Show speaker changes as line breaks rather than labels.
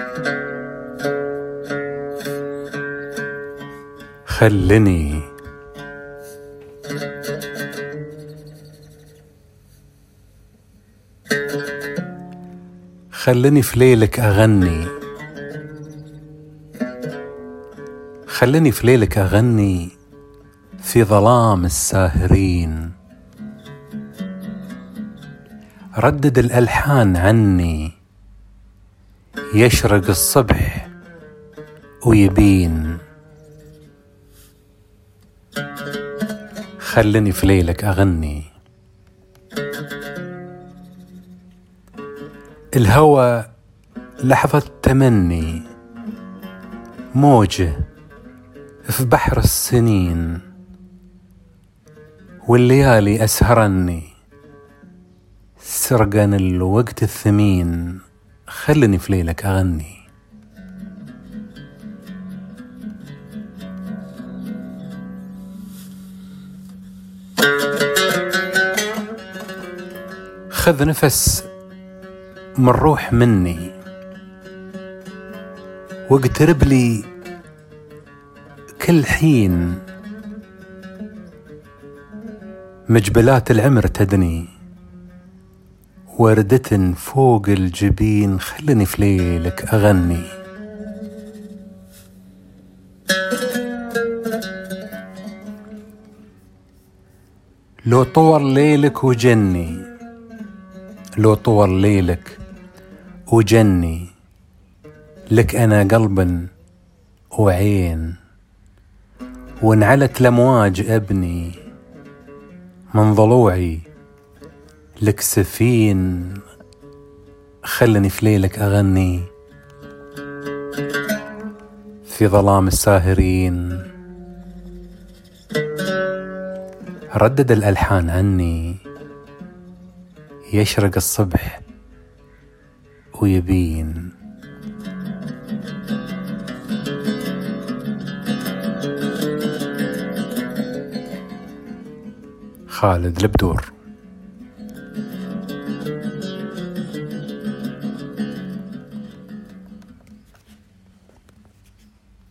خلني في ليلك أغني، خلني في ليلك أغني في ظلام الساهرين، ردد الألحان عني يشرق الصبح ويبين. خلني في ليلك أغني. الهوى لحظة تمني موجه في بحر السنين، والليالي أسهرني سرقن الوقت الثمين. خلني في ليلك أغني. خذ نفس من روح مني واقترب لي كل حين، مجبلات العمر تدني وردة فوق الجبين. خلني في ليلك أغني. لو طول ليلك وجني، لو طول ليلك وجني، لك أنا قلب وعين، وانعلت الأمواج أبني من ضلوعي لك سفين. خلني في ليلك أغني في ظلام الساهرين، ردد الألحان عني يشرق الصبح ويبين. خالد البدور.